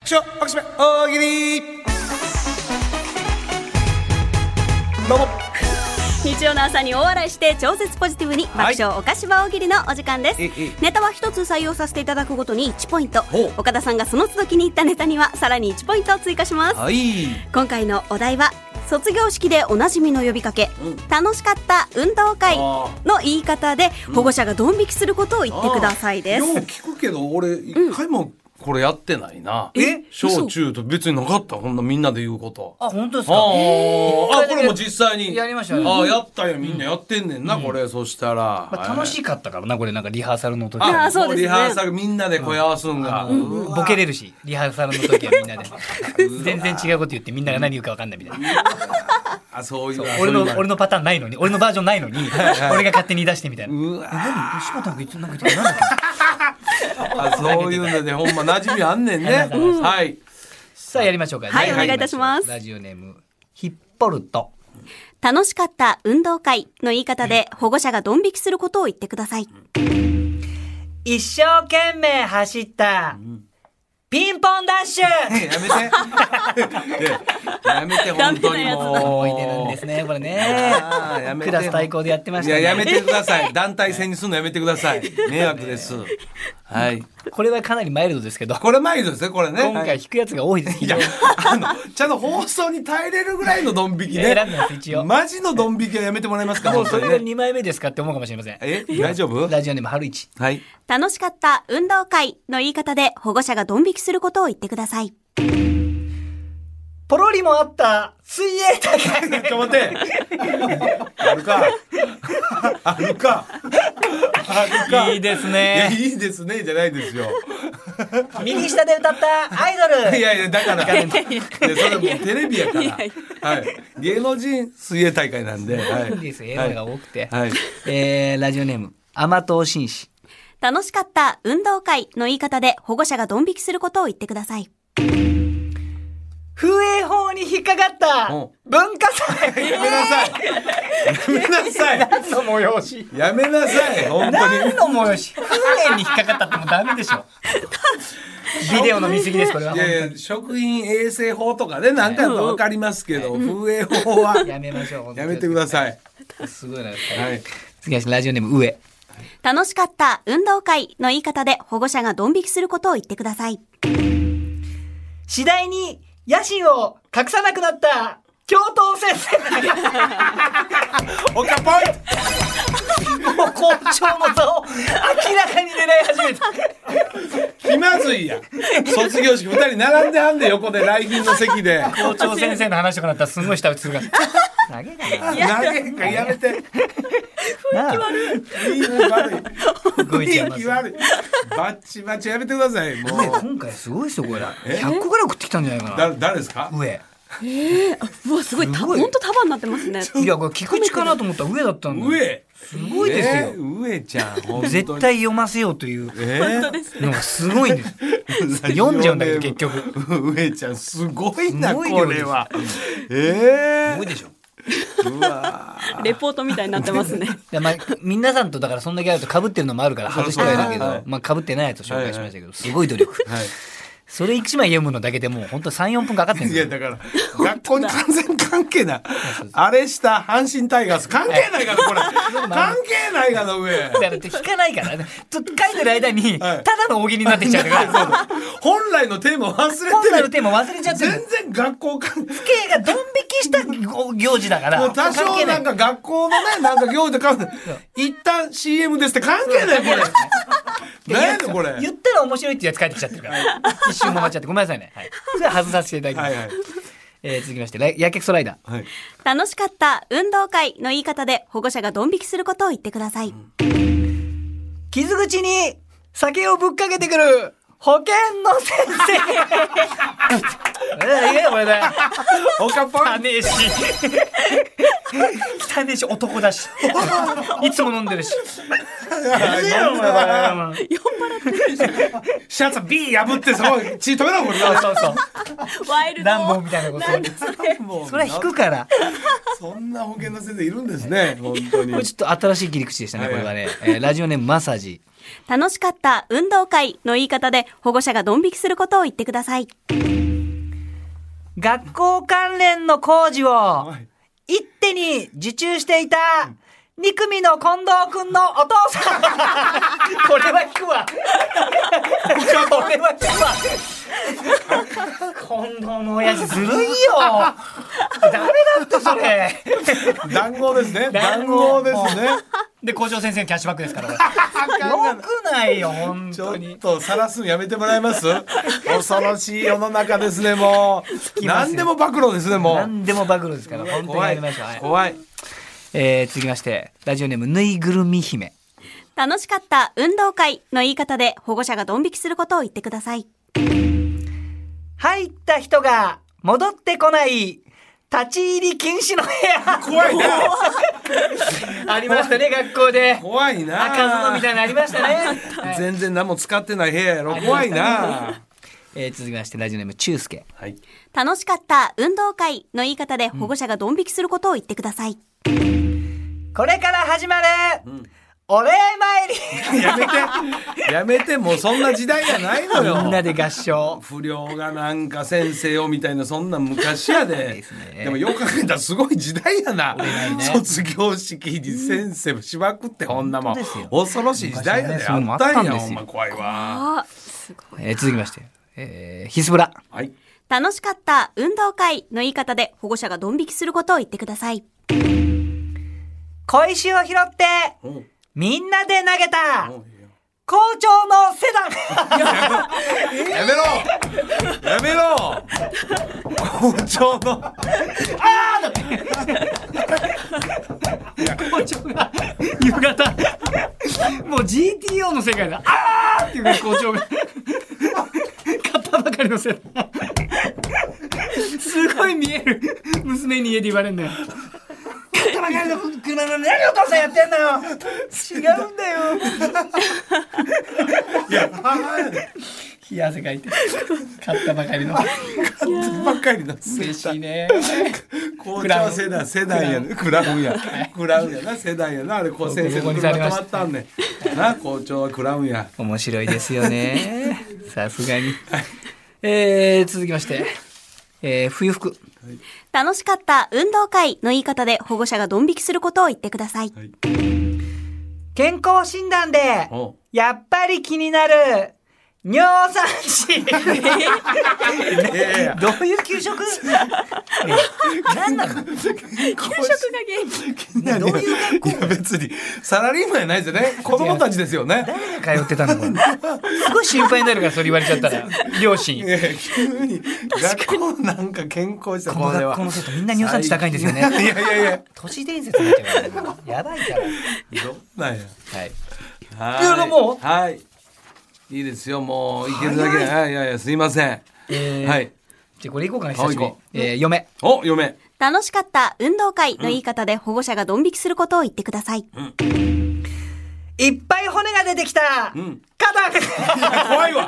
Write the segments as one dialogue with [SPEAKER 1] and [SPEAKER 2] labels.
[SPEAKER 1] おしめ大喜利。どうも
[SPEAKER 2] 日曜の朝に大笑いして超絶ポジティブに爆笑おかしば大喜利のお時間です。ネタは一つ採用させていただくごとに1ポイント、岡田さんがその都度気に入ったネタにはさらに1ポイントを追加します。今回のお題は卒業式でおなじみの呼びかけ、楽しかった運動会の言い方で保護者がドン引きすることを言ってくださいです。
[SPEAKER 1] よう聞くけど俺一回もこれやってないな。小中と別になかった。ほんなみんなで言うこと。
[SPEAKER 3] あ、本当ですか。
[SPEAKER 1] これも実際に
[SPEAKER 3] やりましたね。
[SPEAKER 1] やったよ。みんなやってんねんな、これ。そしたら、
[SPEAKER 3] 楽しかったからな、これ。なんかリハーサルの時
[SPEAKER 2] そうですね。
[SPEAKER 1] リハーサルみんなで声合わすんが、
[SPEAKER 3] ボケれるし、リハーサルの時はみんなで全然違うこと言ってみんなが何言うか分かんないみたいな。
[SPEAKER 1] そういう
[SPEAKER 3] 俺のパターンないのに、俺のバージョンないのに俺が勝手に言い出してみたいな。何柴田が言ってなんだっけ。
[SPEAKER 1] そういうのでほんま馴染みあんねんね。はい。
[SPEAKER 3] さあやりましょうか。
[SPEAKER 2] はい、お願いいたします。
[SPEAKER 3] ラジオネームひっぽると。
[SPEAKER 2] 楽しかった運動会の言い方で保護者がドン引きすることを言ってください。
[SPEAKER 3] 一生懸命走ったピンポンダッシュ。
[SPEAKER 1] やめて本当にもう
[SPEAKER 3] 覚えてるんですねこれね。クラス対抗でやってましたね。
[SPEAKER 1] いややめてください。団体戦にするのやめてください。迷惑です。はい。
[SPEAKER 3] これはかなりマイルドですけど。
[SPEAKER 1] これマイルドですねこれね。
[SPEAKER 3] 今回引くやつが多いです。
[SPEAKER 1] ちゃんと放送に耐えれるぐらいのドン引きね。
[SPEAKER 3] 選んでます一応。
[SPEAKER 1] マジのドン引きはやめてもらえますか。
[SPEAKER 3] もうそれが2枚目ですかって思うかもしれません。
[SPEAKER 1] 大丈夫？
[SPEAKER 3] ラジオネーム春一。
[SPEAKER 1] はい。
[SPEAKER 2] 楽しかった運動会の言い方で保護者がドン引きすることを言ってください。
[SPEAKER 3] ポロリもあった水泳大会。
[SPEAKER 1] ちょっと待って。あるか。あるか。
[SPEAKER 3] いいですね。
[SPEAKER 1] いいですねじゃないですよ。
[SPEAKER 3] 右下で歌ったアイドル。
[SPEAKER 1] いやだから。それもうテレビやから。はい。芸能人水泳大会なんで。はい。
[SPEAKER 3] いいです。映画が多くて。
[SPEAKER 1] はい。
[SPEAKER 3] ラジオネーム甘党紳士。
[SPEAKER 2] 楽しかった運動会の言い方で保護者がドン引きすることを言ってください。
[SPEAKER 3] 風営法に引っかかった文化祭。
[SPEAKER 1] やめなさい。やめなさい。
[SPEAKER 3] 何の催し。
[SPEAKER 1] やめなさい。本当に。
[SPEAKER 3] 何の催し。風営に引っかかったってもうダメでしょ。ビデオの見過ぎですこれは。
[SPEAKER 1] いや食品衛生法とかね何回もわかりますけど、風営法は
[SPEAKER 3] やめましょう。
[SPEAKER 1] やめてください。
[SPEAKER 3] すごいな。はい。
[SPEAKER 1] 次
[SPEAKER 3] はラジオネーム上。
[SPEAKER 2] 楽しかった運動会の言い方で保護者がドン引きすることを言ってください。
[SPEAKER 3] 次第に野心を隠さなくなった教頭先生。
[SPEAKER 1] おかぽい。
[SPEAKER 3] もう校長の座を明らかに狙い始めた。
[SPEAKER 1] 気まずいや。卒業式2人並んではんで横で来賓の席で。
[SPEAKER 3] 校長先生の話とかなったらすんごい下打ちするから。投げ
[SPEAKER 1] かやめて。
[SPEAKER 2] 雰囲気悪い。
[SPEAKER 1] 雰囲気悪い。バッチバチやめてください。もう
[SPEAKER 3] 今回すごいですよこれ。100個ぐらい送ってきたんじゃないかな。
[SPEAKER 1] 誰ですか？
[SPEAKER 3] 上。
[SPEAKER 2] うわすごい。本当束になってますね。
[SPEAKER 3] いやこれ菊池かなと思ったら上だったんだ。
[SPEAKER 1] 上。
[SPEAKER 3] すごいですよ。
[SPEAKER 1] 上ちゃん。
[SPEAKER 3] 絶対読ませようというのがすごいんです。読んじゃうんだけど結局。
[SPEAKER 1] 上ちゃんすごいなこれは。
[SPEAKER 3] すごいでしょ。
[SPEAKER 1] うわ
[SPEAKER 2] レポートみたいになってますね。
[SPEAKER 3] 皆さんとだからそんだけあると被ってるのもあるから外してはいるけど、被ってないやつを紹介しましたけど、すごい努力。それ1枚読むのだけでもう本当3、4分かかってるんですよ。
[SPEAKER 1] いやだから学校に完全関係ない。あれした阪神タイガース関係ないからこれ。関係ないから上。
[SPEAKER 3] だから引かないからね。書いてる間にただの大喜利になってきちゃうから。
[SPEAKER 1] 本来のテーマ忘れてる。
[SPEAKER 3] 本来のテーマ忘れちゃってる。
[SPEAKER 1] 全然学校関係。
[SPEAKER 3] 父兄がドン引きした行事だから。
[SPEAKER 1] もう多少なんか学校のねなんか行事で一旦 CM ですって関係ないこれ。何やねんこれ。
[SPEAKER 3] 言ったら面白いってやつ書いてきちゃってるから。一瞬も待っちゃってごめんなさいね。それは外させていただきます。続きましてやけくそライダー。
[SPEAKER 2] 楽しかった運動会の言い方で保護者がドン引きすることを言ってください。
[SPEAKER 3] 傷口に酒をぶっかけてくる保健の先生。いやこれだよ。
[SPEAKER 1] おかっぽい。
[SPEAKER 3] 汚ねえし汚ねえし男だしいつも飲んでるし。
[SPEAKER 2] 酔っ払ってるし。
[SPEAKER 1] シャツ B 破ってそこ血止めろこれ。
[SPEAKER 3] そう
[SPEAKER 2] ワイルド。
[SPEAKER 3] 乱暴みたいなこと。それは引くから。
[SPEAKER 1] そんな保健の先生いるんですね本当に。
[SPEAKER 3] これちょっと新しい切り口でしたねこれはね。ラジオネームマッサージ。
[SPEAKER 2] 楽しかった運動会の言い方で保護者がドン引きすることを言ってください。
[SPEAKER 3] 学校関連の工事を一手に受注していた2組の近藤くんのお父さん。これは聞くわ。これは聞くわ。近藤の親父ずるいよ。ダメだってそれ。
[SPEAKER 1] 談合ですね。談合ですね。
[SPEAKER 3] で校長先生のキャッシュバックですから。よくないよ本当に。
[SPEAKER 1] ちょっと晒すのやめてもらえます？恐ろしい世の中ですね。もう何でも暴露ですね。もう
[SPEAKER 3] 何でも暴露ですから本当にやりましょう。
[SPEAKER 1] 怖い。
[SPEAKER 3] 続きましてラジオネームぬいぐるみ姫。
[SPEAKER 2] 楽しかった運動会の言い方で保護者がドン引きすることを言ってください。
[SPEAKER 3] 入った人が戻ってこない立ち入り禁止の部屋。
[SPEAKER 1] 怖いな。
[SPEAKER 3] ありましたね学校で。
[SPEAKER 1] 怖いな。
[SPEAKER 3] 開かずのみたいなのありましたね。
[SPEAKER 1] 全然何も使ってない部屋やろ。怖いな。
[SPEAKER 3] 続きましてラジオネームちゅうすけ。
[SPEAKER 1] はい。
[SPEAKER 2] 楽しかった運動会の言い方で保護者がドン引きすることを言ってください。
[SPEAKER 3] これから始まる、お礼参り。
[SPEAKER 1] やめてもうそんな時代じゃないのよ。
[SPEAKER 3] みんなで合唱。
[SPEAKER 1] 不良がなんか先生をみたいなそんな昔やで。でもよく考えたらすごい時代やな。卒業式に先生しまくってこんなもん恐ろしい時代やで。あったんやほんま怖いわ。
[SPEAKER 3] 続きましてヒスブラ。
[SPEAKER 1] はい。
[SPEAKER 2] 楽しかった運動会の言い方で保護者がドン引きすることを言ってください。
[SPEAKER 3] 小石を拾ってみんなで投げた校長のセダン。
[SPEAKER 1] やめろ校長の
[SPEAKER 3] 校長が夕方もう GTO の世界だ。あーっていうから校長が買ったばかりのセダン。すごい見える娘に家で言われるんだよ。買ったばかりの車の何お父さんやってんのよ。違うんだよ。
[SPEAKER 1] いや母やで。
[SPEAKER 3] 冷や汗かいて買ったばかりの
[SPEAKER 1] 嬉
[SPEAKER 3] しいね。
[SPEAKER 1] 校長世代やね。クラウンやな世代やな。あれこう先生の車止まったんねな。校長はクラウンや。
[SPEAKER 3] 面白いですよね。さすがに。続きまして冬服。
[SPEAKER 2] 楽しかった運動会の言い方で保護者がドン引きすることを言ってください。
[SPEAKER 1] はい、
[SPEAKER 3] 健康診断でやっぱり気になる尿酸値。どういう給食？何なの？給食が
[SPEAKER 2] 原因。
[SPEAKER 3] どういう学校？
[SPEAKER 1] いや別にサラリーマンじゃないですよね。子供たちですよね。
[SPEAKER 3] 誰が通ってたの？すごい心配になるからそれ言われちゃったら両親。
[SPEAKER 1] 急に学校なんか健康した
[SPEAKER 3] この学校の生徒みんな尿酸値高いんですよね。
[SPEAKER 1] いや
[SPEAKER 3] 都市伝説になっちゃうから。やばいから。
[SPEAKER 1] どんなんや。
[SPEAKER 3] はい。もう
[SPEAKER 1] はい。いいですよもういけるだけ。いやすいません。はい。
[SPEAKER 3] じゃこれいこうかな久しぶり。嫁。
[SPEAKER 1] 嫁。
[SPEAKER 2] 楽しかった運動会の言い方で保護者がドン引きすることを言ってください。
[SPEAKER 3] いっぱい骨が出てきた。花壇。
[SPEAKER 1] 怖いわ。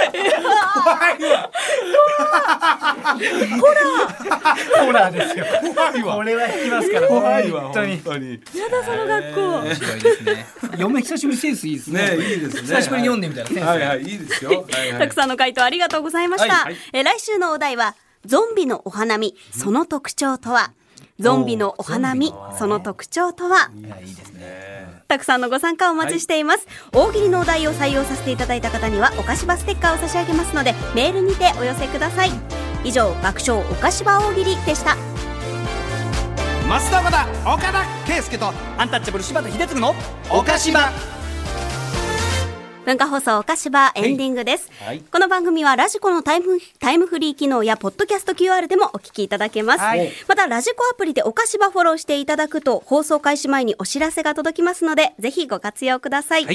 [SPEAKER 3] ホラーですよ。
[SPEAKER 1] 怖いわ。
[SPEAKER 3] これは引きますから
[SPEAKER 1] 怖いわ
[SPEAKER 3] 本当に。
[SPEAKER 2] やだその学校。
[SPEAKER 3] 面白いですね。嫁久しぶりセンスいいですね。
[SPEAKER 1] いいですね。
[SPEAKER 3] 久しぶりに読んでみたらセンス。
[SPEAKER 1] はいいいですよ。
[SPEAKER 2] たくさんの回答ありがとうございました。来週のお題はゾンビのお花見その特徴とは。ゾンビのお花見その特徴とは。
[SPEAKER 3] いいですね。
[SPEAKER 2] たくさんのご参加をお待ちしています、大喜利のお題を採用させていただいた方にはお菓子場ステッカーを差し上げますのでメールにてお寄せください。以上爆笑お菓子場大喜利でした。
[SPEAKER 4] 増田岡田岡田圭佑と
[SPEAKER 3] アンタッチャブル柴田秀嗣の
[SPEAKER 4] お菓子場。
[SPEAKER 2] 文化放送お菓子場エンディングです、この番組はラジコのタイムフリー機能やポッドキャスト QR でもお聞きいただけます、またラジコアプリでお菓子場フォローしていただくと放送開始前にお知らせが届きますのでぜひご活用ください、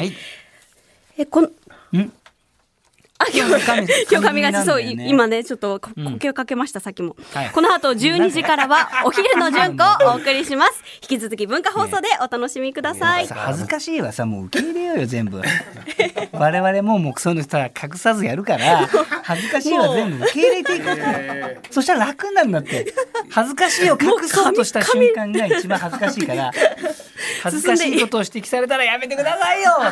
[SPEAKER 2] 今日髪がちそう、今ねちょっと呼吸をかけました、さっきも、この後12時からはお昼の順子をお送りします。引き続き文化放送でお楽しみください。
[SPEAKER 3] 恥ずかしいわさ、もう受け入れようよ全部。我々もうそういうのさ隠さずやるから恥ずかしいは全部受け入れていこう。そしたら楽になるんだって。恥ずかしいを隠そうとした瞬間が一番恥ずかしいから恥ずかしいことを指摘されたらやめてくださいよ。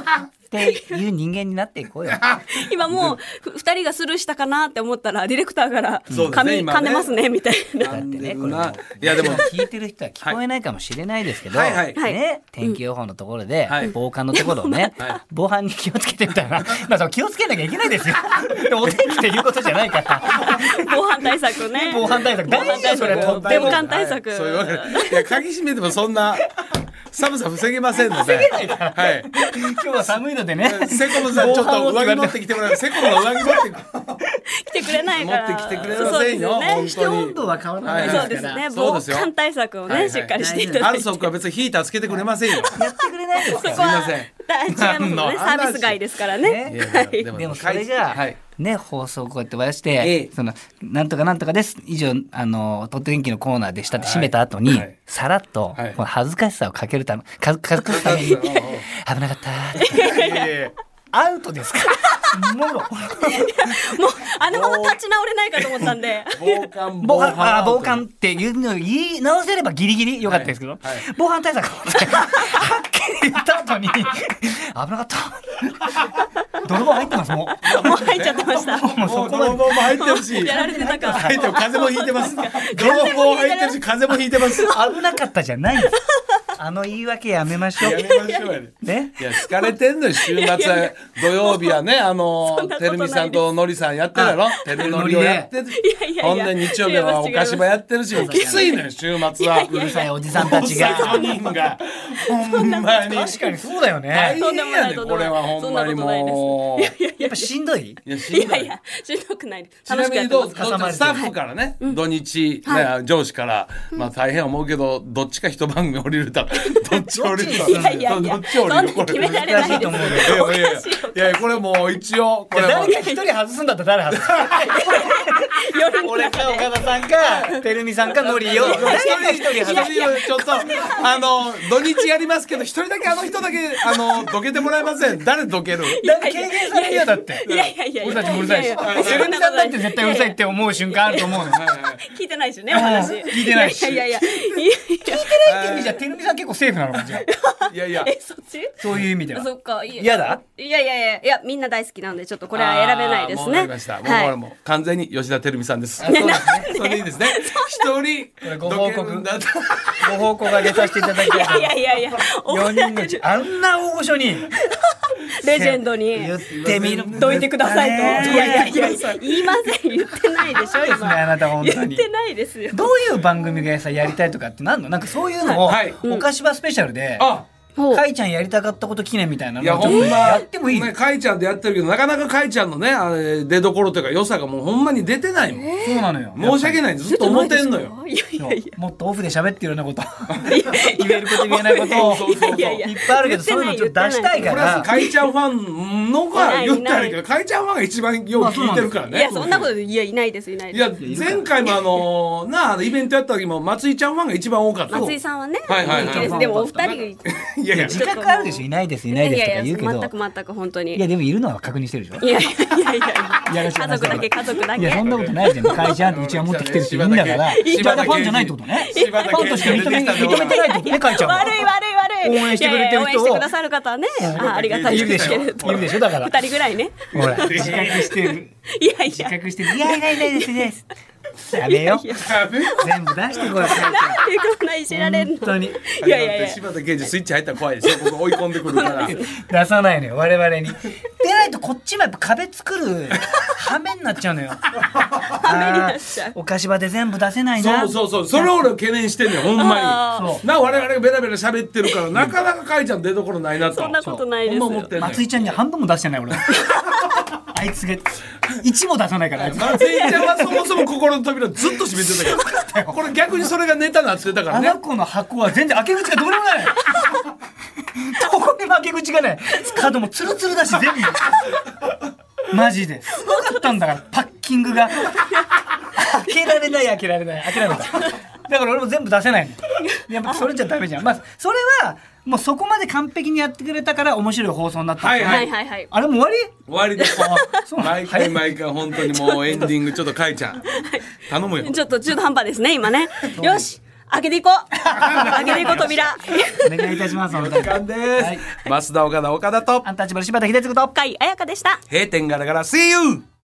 [SPEAKER 3] っていう人間になっていこうよ。
[SPEAKER 2] 今もう2人がスルーしたかなって思ったらディレクターから
[SPEAKER 1] そうですね今ね
[SPEAKER 2] 噛んでますねみたいな。
[SPEAKER 3] だってねこれも
[SPEAKER 1] いやでも
[SPEAKER 3] 聞いてる人は聞こえないかもしれないですけど、
[SPEAKER 1] はいはい
[SPEAKER 3] ね、天気予報のところで、
[SPEAKER 1] はい
[SPEAKER 3] 防寒のところをね、
[SPEAKER 1] はい
[SPEAKER 3] 防犯に気をつけてみたいな、まあそう気をつけなきゃいけないですよ。でもお天気っていうことじゃないから。
[SPEAKER 2] 防犯対策ね。
[SPEAKER 3] 防犯対策大事よそれはとっても。
[SPEAKER 2] 防寒対策。
[SPEAKER 1] そういうわけでいや鍵閉めてもそんな寒さ防げませんので、はい
[SPEAKER 3] 今日は寒いのでね。
[SPEAKER 1] セコムさんちょっと上着持ってきてもらう。セコムが上着持って
[SPEAKER 2] 来てくれないから。
[SPEAKER 1] 持ってきてくれませんよ
[SPEAKER 2] そう
[SPEAKER 1] 本当に。
[SPEAKER 3] 温度は変わらない
[SPEAKER 2] そうですね。防
[SPEAKER 1] そうですよ
[SPEAKER 2] 寒対策をね、
[SPEAKER 1] はいはい
[SPEAKER 2] しっかりしていただいて。
[SPEAKER 1] アルソックは別にヒーターつけてくれませんよ。
[SPEAKER 3] やってくれないですか。
[SPEAKER 2] そこは
[SPEAKER 1] すいません
[SPEAKER 2] 違いますもんね。サービス外ですからね。
[SPEAKER 1] いや
[SPEAKER 2] はい
[SPEAKER 3] でもそれが、
[SPEAKER 1] はい
[SPEAKER 3] ね、放送をこうやって渡し
[SPEAKER 1] ええ
[SPEAKER 3] て、そのなんとかなんとかです以上とって元気のコーナーでしたって締めた後に、
[SPEAKER 1] はい
[SPEAKER 3] さらっと、
[SPEAKER 1] はい
[SPEAKER 3] この恥ずかしさをかけるため隠すために危なかったー
[SPEAKER 1] いやいや
[SPEAKER 3] アウトですか。もろ
[SPEAKER 2] もうあれほど立ち直れないかと思ったんで。
[SPEAKER 3] 防寒っていうのを言い直せればギリギリ良かったですけど、
[SPEAKER 1] はいはい
[SPEAKER 3] 防犯対策はっきり言った後に危なかった泥棒入ってますも
[SPEAKER 2] もう入っちゃってました。
[SPEAKER 3] うもうそ
[SPEAKER 1] もう
[SPEAKER 3] こまで
[SPEAKER 1] 泥棒も入ってるし
[SPEAKER 2] やられてたか。
[SPEAKER 1] 入ってる風も引いてます。泥棒入ってるし風も引いてます。
[SPEAKER 3] 危なかったじゃないんです。言い訳やめましょう
[SPEAKER 1] やめましょうやね。
[SPEAKER 3] ね。
[SPEAKER 1] いや疲れてんのよ週末は土曜日はねてるみさんとのりさんやってるやろ。てるのりをやってる。ほんで日曜日はお菓子場やってるしきついのよ週末は。
[SPEAKER 3] うるさいおじさんたちが
[SPEAKER 1] 4人がほんまに
[SPEAKER 3] 確かにそうだよ
[SPEAKER 1] 大
[SPEAKER 3] ね。
[SPEAKER 1] 変やねこれはほんまにもう。
[SPEAKER 3] やっぱしんどい。
[SPEAKER 1] いやしんどい
[SPEAKER 2] いやいやしんどくないです。
[SPEAKER 1] ちなみにどうスタ
[SPEAKER 3] 挟まれて
[SPEAKER 1] ッフからね、土日、ね上司から、まあ大変思うけどどっちか一番組降りるたらどっち降りるた
[SPEAKER 2] いやいやいや
[SPEAKER 1] どっち降りる
[SPEAKER 2] そんな決められないです。
[SPEAKER 3] 難しいと思うよ
[SPEAKER 1] いやいやいやこれもう一応これも
[SPEAKER 3] 誰か一人外すんだったら誰外す。
[SPEAKER 2] 夜の
[SPEAKER 3] 俺か
[SPEAKER 2] 中で
[SPEAKER 3] 岡田さんかてるみさんかのりを誰か一人外す。
[SPEAKER 1] ちょっと土日やりますけど一人だけ人だけどけてもらえません。誰どける？
[SPEAKER 3] だって軽減されるよだって。
[SPEAKER 2] いやいやいや
[SPEAKER 3] 俺たちもうるさいし。
[SPEAKER 2] いやいや
[SPEAKER 3] てるみさんだって絶対うるさいって思う瞬間あると思うの。
[SPEAKER 2] 聞いてないしねお話。
[SPEAKER 3] 聞いてないし
[SPEAKER 2] いやいやいや。
[SPEAKER 3] って意味じゃてるみさん結構セーフなのかじゃあ。
[SPEAKER 1] いやいや
[SPEAKER 2] そっち？
[SPEAKER 3] そういう意味では。
[SPEAKER 2] そっか。
[SPEAKER 3] 嫌だ？
[SPEAKER 2] いやいやいやいやみんな大好きなんでちょっとこれは選べないですね。
[SPEAKER 1] もうわかりました。もう
[SPEAKER 2] はい
[SPEAKER 1] 俺も完全に吉田照美さんです。
[SPEAKER 3] そうですね。
[SPEAKER 1] それでいいですね。一人
[SPEAKER 3] れご報告
[SPEAKER 1] どけるんだったら
[SPEAKER 3] ご報告あげさせていただきたい。
[SPEAKER 2] いやいやいや
[SPEAKER 3] 4人のうちあんな大御所に
[SPEAKER 2] レジェンドに
[SPEAKER 3] 言ってみる
[SPEAKER 2] どいてくださいと。い
[SPEAKER 3] ね
[SPEAKER 2] やいやいや言いません言ってないでしょ
[SPEAKER 3] ですねあ
[SPEAKER 2] 今。
[SPEAKER 3] なた本当に
[SPEAKER 2] 言ってないですよ。
[SPEAKER 3] どういう番組がさやりたいとかってなんのなんかそういうのを
[SPEAKER 1] はい
[SPEAKER 3] おかしばスペシャルで
[SPEAKER 1] あ
[SPEAKER 2] ほう
[SPEAKER 3] かいちゃんやりたかったこと記念みたいないの
[SPEAKER 1] や
[SPEAKER 3] をちょっと
[SPEAKER 1] ほんま
[SPEAKER 3] やってもいい。
[SPEAKER 1] ねかいちゃんでやってるけどなかなかかいちゃんのねあれ出どころというか良さがもうほんまに出てないもん。
[SPEAKER 3] そうなのよ。
[SPEAKER 1] 申し訳ないずっと思ってんのよ。
[SPEAKER 2] いやいやいや。
[SPEAKER 3] もっとオフで喋ってるようなこと言えること言えないこと
[SPEAKER 1] そうそうそう
[SPEAKER 2] いやいや
[SPEAKER 3] いっぱいあるけどそういうのちょっと出したいか
[SPEAKER 1] プラス
[SPEAKER 3] ら。
[SPEAKER 1] かいちゃんファンのが言ったらいいけどかいちゃんファンが一番よう聞いてるからね。
[SPEAKER 2] いやそんなこといやいないですいない
[SPEAKER 1] い
[SPEAKER 2] です。
[SPEAKER 1] や前回もイベントやった時も松井ちゃんファンが一番多かった。
[SPEAKER 2] 松井さんはね
[SPEAKER 1] はいはいはい
[SPEAKER 2] 人気ですでもお二人
[SPEAKER 1] いやいや
[SPEAKER 3] 自覚あるでしょいないですいないですとか言うけど
[SPEAKER 2] 全く全く本当に
[SPEAKER 3] いやでもいるのは確認してるでしょ。
[SPEAKER 2] いやいやいやいや
[SPEAKER 3] いやらしい
[SPEAKER 2] 家族だけ家族だけ
[SPEAKER 3] いやそんなことないじゃん。かいちゃんってうちは持ってきてる人いるんだから。
[SPEAKER 1] 柴田
[SPEAKER 3] ファンじゃないってことね。フ
[SPEAKER 1] 柴田
[SPEAKER 3] ァンとして認めてないってことねかいちゃんは。
[SPEAKER 2] 悪い悪い
[SPEAKER 3] 応援してくれてる人を
[SPEAKER 2] いやいや応援してくださる方はねありがたい
[SPEAKER 3] いるでしょ。い
[SPEAKER 2] ですけれど
[SPEAKER 3] るでしょだから。
[SPEAKER 2] 二人ぐらいね
[SPEAKER 3] ほら自覚してる。
[SPEAKER 2] いやい
[SPEAKER 3] 自
[SPEAKER 2] や
[SPEAKER 3] 覚してる。いやいないです。やめよう。
[SPEAKER 2] いや
[SPEAKER 3] 全部出してこい。
[SPEAKER 2] なんでこんないじられんの
[SPEAKER 3] 本当に
[SPEAKER 2] いやいやいや
[SPEAKER 1] 柴田刑事スイッチ入ったら怖いですよ。ここ追い込んでくるから。
[SPEAKER 3] 出さないのよ我々に。でないとこっちもやっぱ壁作る羽目になっちゃうのよ。
[SPEAKER 2] 羽目になっちゃう
[SPEAKER 3] お菓子場で全部出せないな。
[SPEAKER 1] そうそれを俺懸念してんねんほんま
[SPEAKER 3] そう
[SPEAKER 1] に。な我々がベラベラ喋ってるからなかなかかいちゃん出所ないなと。
[SPEAKER 2] そんなことないです
[SPEAKER 1] ほんま思ってんねん。
[SPEAKER 3] 松井ちゃんに半分も出してない俺。あいつが1も出さないからあいつ。
[SPEAKER 1] 松井ちゃんはそもそも心の扉ずっと閉めてたからこれ逆にそれがネタになってたからね
[SPEAKER 3] あの子の箱は全然開け口がどこにもない。どこにも開け口がない。角もツルツルだし全部。マジですごかったんだからパッキングが開けられない諦めた。だから俺も全部出せないの。やっぱそれじゃダメじゃん。まあそれはもうそこまで完璧にやってくれたから面白い放送になったんですよね。
[SPEAKER 1] は
[SPEAKER 2] はいはいはい
[SPEAKER 3] あれもう終わり？
[SPEAKER 1] 終わりです。
[SPEAKER 3] そう
[SPEAKER 1] 毎回毎回本当にもうエンディングちょっとかいちゃん頼むよ。
[SPEAKER 2] ちょっと中途半端ですね今ねよし開けていこう開けていこう扉
[SPEAKER 3] お願いいたします。
[SPEAKER 1] お時間です、はい、増田岡田と
[SPEAKER 3] アンタッチャブル柴田秀嗣と
[SPEAKER 2] 甲斐彩香でした。
[SPEAKER 1] 閉店ガラガラ See you